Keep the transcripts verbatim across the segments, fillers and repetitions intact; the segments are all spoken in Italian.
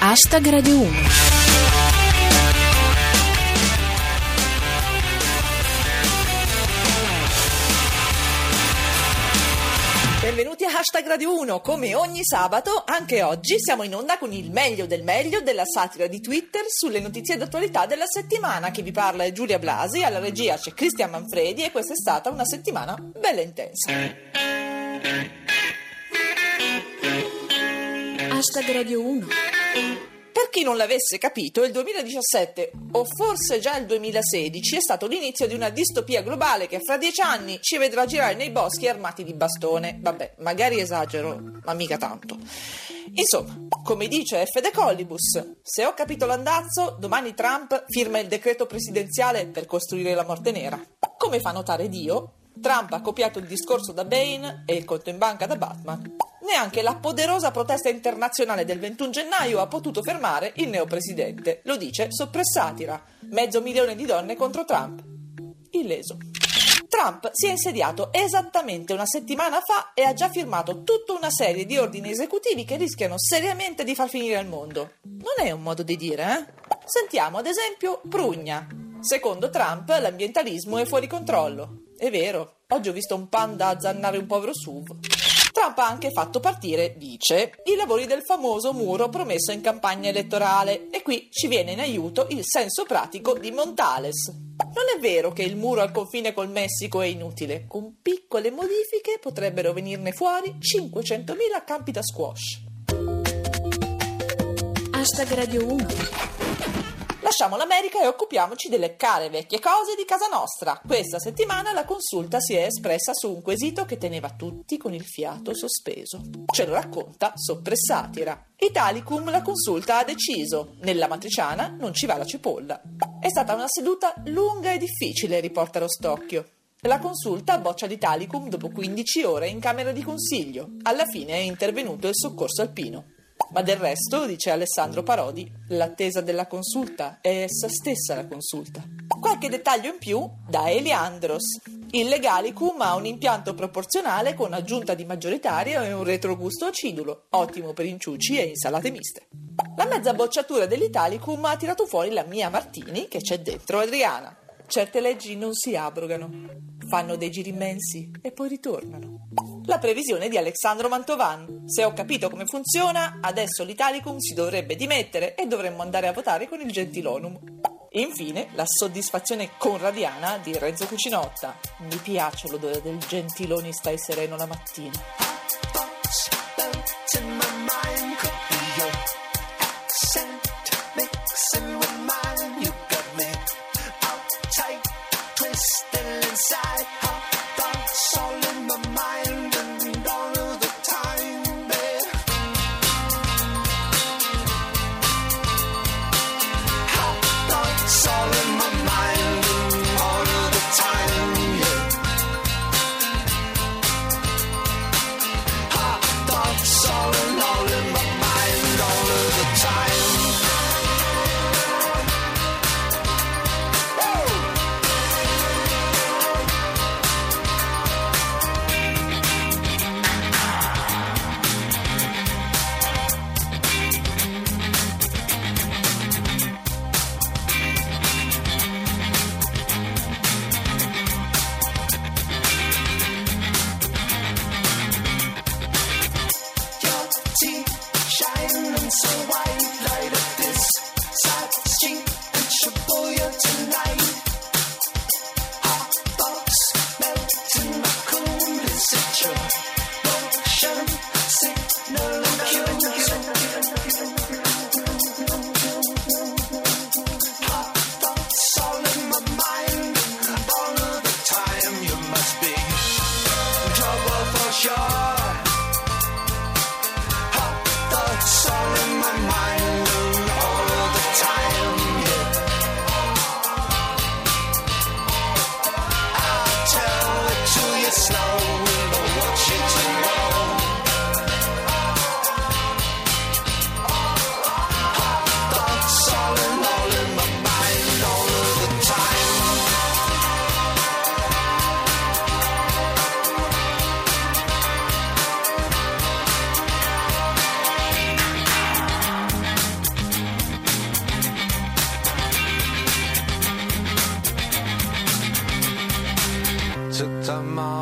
Hashtag Radio uno. Benvenuti a Hashtag Radio uno. Come ogni sabato, anche oggi siamo in onda con il meglio del meglio della satira di Twitter sulle notizie d'attualità della settimana. Chi vi parla è Giulia Blasi, alla regia c'è Cristian Manfredi e questa è stata una settimana bella intensa. Hashtag Radio uno. Per chi non l'avesse capito, il duemiladiciassette, o forse già il duemilasedici, è stato l'inizio di una distopia globale che fra dieci anni ci vedrà girare nei boschi armati di bastone. Vabbè, magari esagero, ma mica tanto. Insomma, come dice F. De Collibus, se ho capito l'andazzo, domani Trump firma il decreto presidenziale per costruire la morte nera. Come fa notare Dio, Trump ha copiato il discorso da Bane e il conto in banca da Batman. Neanche la poderosa protesta internazionale del ventuno gennaio ha potuto fermare il neopresidente. Lo dice Soppressatira. Mezzo milione di donne contro Trump. Illeso. Trump si è insediato esattamente una settimana fa e ha già firmato tutta una serie di ordini esecutivi che rischiano seriamente di far finire il mondo. Non è un modo di dire, eh? Sentiamo ad esempio Prugna. Secondo Trump l'ambientalismo è fuori controllo. È vero, oggi ho visto un panda azzannare un povero S U V. Trump ha anche fatto partire, dice, i lavori del famoso muro promesso in campagna elettorale e qui ci viene in aiuto il senso pratico di Montales. Non è vero che il muro al confine col Messico è inutile, con piccole modifiche potrebbero venirne fuori cinquecentomila campi da squash. Hashtag Radio uno. Lasciamo l'America e occupiamoci delle care vecchie cose di casa nostra. Questa settimana la Consulta si è espressa su un quesito che teneva tutti con il fiato sospeso. Ce lo racconta Soppressatira. Italicum la Consulta ha deciso. Nella matriciana non ci va la cipolla. È stata una seduta lunga e difficile, riporta lo Stocchio. La Consulta boccia l'Italicum dopo quindici ore in Camera di Consiglio. Alla fine è intervenuto il soccorso alpino. Ma del resto, dice Alessandro Parodi, l'attesa della consulta è essa stessa la consulta. Qualche dettaglio in più da Eliandros. Il Legalicum ha un impianto proporzionale con aggiunta di maggioritaria e un retrogusto acidulo, ottimo per inciuci e insalate miste. La mezza bocciatura dell'Italicum ha tirato fuori la mia Martini, che c'è dentro Adriana. Certe leggi non si abrogano, fanno dei giri immensi e poi ritornano. La previsione di Alessandro Mantovan. Se ho capito come funziona, adesso l'Italicum si dovrebbe dimettere e dovremmo andare a votare con il Gentilonum. Infine, la soddisfazione conradiana di Renzo Cucinotta. Mi piace l'odore del Gentiloni stai sereno la mattina.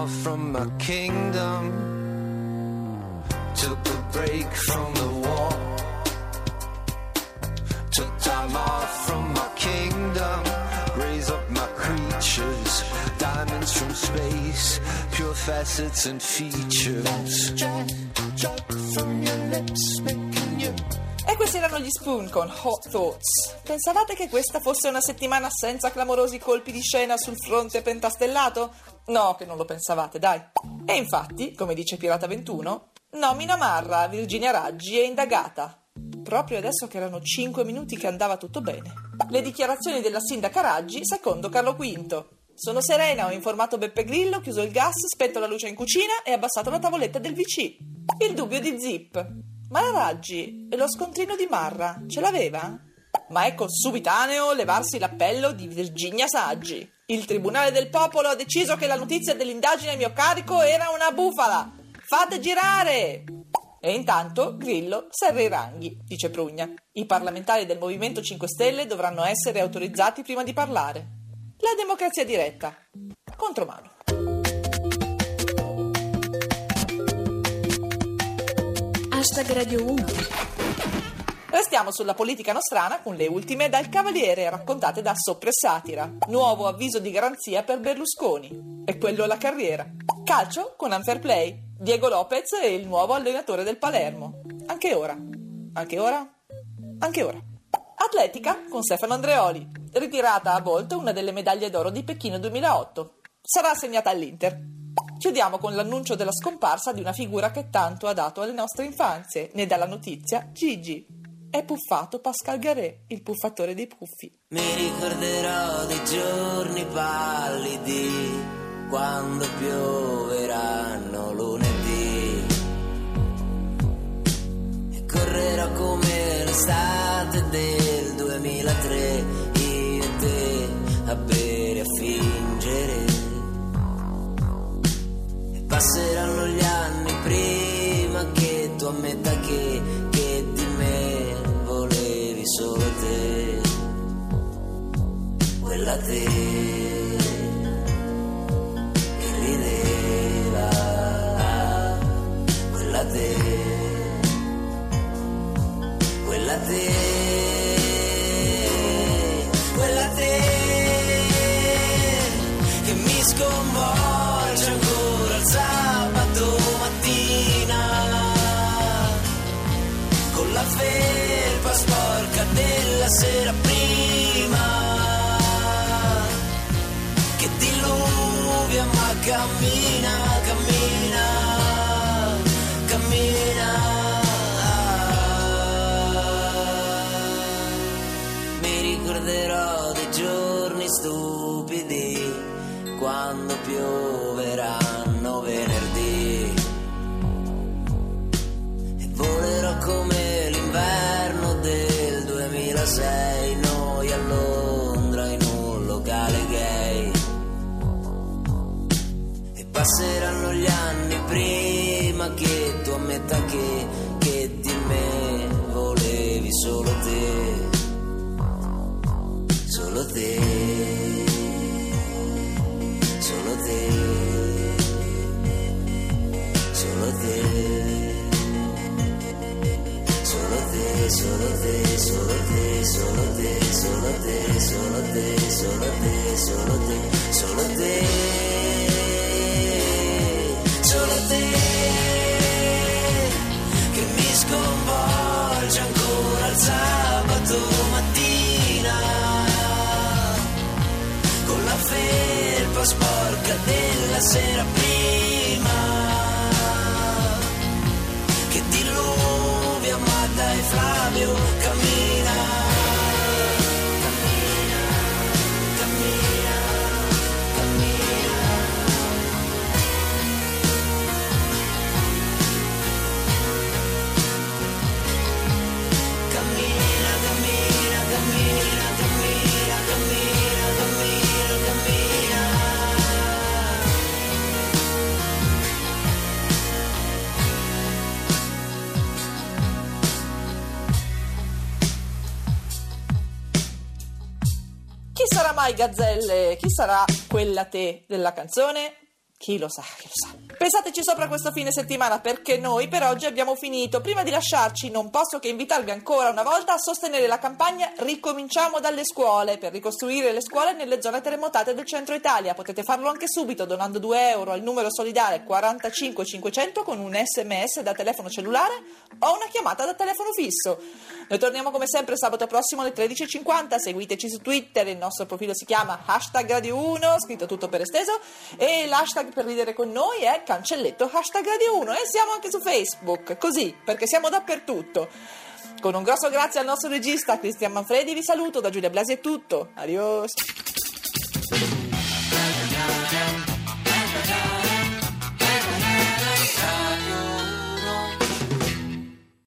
from my kingdom. Took a break from the war. Took time off from my kingdom. Raise up my creatures. Diamonds from space. Pure facets and features. Jack, Jack from your lips making you. E questi erano gli Spoon con Hot Thoughts. Pensavate che questa fosse una settimana senza clamorosi colpi di scena sul fronte pentastellato? No, che non lo pensavate, dai. E infatti, come dice Pirata ventuno, nomina Marra, Virginia Raggi è indagata. Proprio adesso che erano cinque minuti che andava tutto bene. Le dichiarazioni della sindaca Raggi secondo Carlo V. Sono serena, ho informato Beppe Grillo, chiuso il gas, spento la luce in cucina e abbassato la tavoletta del V C. Il dubbio di Zip. Ma la Raggi e lo scontrino di Marra ce l'aveva? Ma ecco subitaneo levarsi l'appello di Virginia Saggi. Il Tribunale del Popolo ha deciso che la notizia dell'indagine a mio carico era una bufala. Fate girare! E intanto Grillo serra i ranghi, dice Prugna. I parlamentari del Movimento cinque Stelle dovranno essere autorizzati prima di parlare. La democrazia diretta. Contromano. Hashtag Radio uno. Restiamo sulla politica nostrana con le ultime dal Cavaliere raccontate da Soppressatira. Nuovo avviso di garanzia per Berlusconi. E quello alla carriera. Calcio con Unfair Play. Diego Lopez è il nuovo allenatore del Palermo. Anche ora. Anche ora? Anche ora. Atletica con Stefano Andreoli. Ritirata a Bolt una delle medaglie d'oro di Pechino duemilaotto. Sarà assegnata all'Inter. Chiudiamo con l'annuncio della scomparsa di una figura che tanto ha dato alle nostre infanzie. Ne dà la notizia Gigi. È puffato Pascal Garé, il puffatore dei puffi. Mi ricorderò dei giorni pallidi, quando pioveranno lunedì, e correrò come l'estate del duemilatré, io e te a bere, a fingere. Passeranno gli anni prima che tu ammetta che, che di me volevi solo te, quella te che rideva, quella te, quella te, quella te che mi sconvolge ancora il sabato mattina, con la felpa sporca della sera prima, che diluvia ma cammina, cammina, cammina. Mi ricorderò dei giorni stupidi, quando pioveranno venerdì, e volerò come l'inverno del duemilasei, noi a Londra in un locale gay, e passeranno gli anni prima che tu ammetta che, che di me volevi solo te, solo te. Solo te, solo te, solo te, solo te, solo te, solo te, solo te, solo te, solo te, solo te, solo te, solo te, che mi sconvolge ancora il sabato mattina, con la felpa sporca della sera prima, che diluvia ma dai Flavio, cammina, cammina, cammina, cammina. Cammina, cammina, cammina, cammina, cammina, cammina, cammina. Chi sarà mai Gazzelle? Chi sarà quella te della canzone? Chi lo sa, chi lo sa. Pensateci sopra questo fine settimana, perché noi per oggi abbiamo finito. Prima di lasciarci non posso che invitarvi ancora una volta a sostenere la campagna Ricominciamo dalle scuole, per ricostruire le scuole nelle zone terremotate del centro Italia. Potete farlo anche subito donando due euro al numero solidale quarantacinque cinquecento con un sms da telefono cellulare o una chiamata da telefono fisso. Noi torniamo come sempre sabato prossimo alle tredici e cinquanta. Seguiteci su Twitter, il nostro profilo si chiama hashtag Radio uno, scritto tutto per esteso, e l'hashtag per ridere con noi è cancelletto hashtag Radio uno, e siamo anche su Facebook, così, perché siamo dappertutto. Con un grosso grazie al nostro regista Cristian Manfredi vi saluto, da Giulia Blasi è tutto, adios.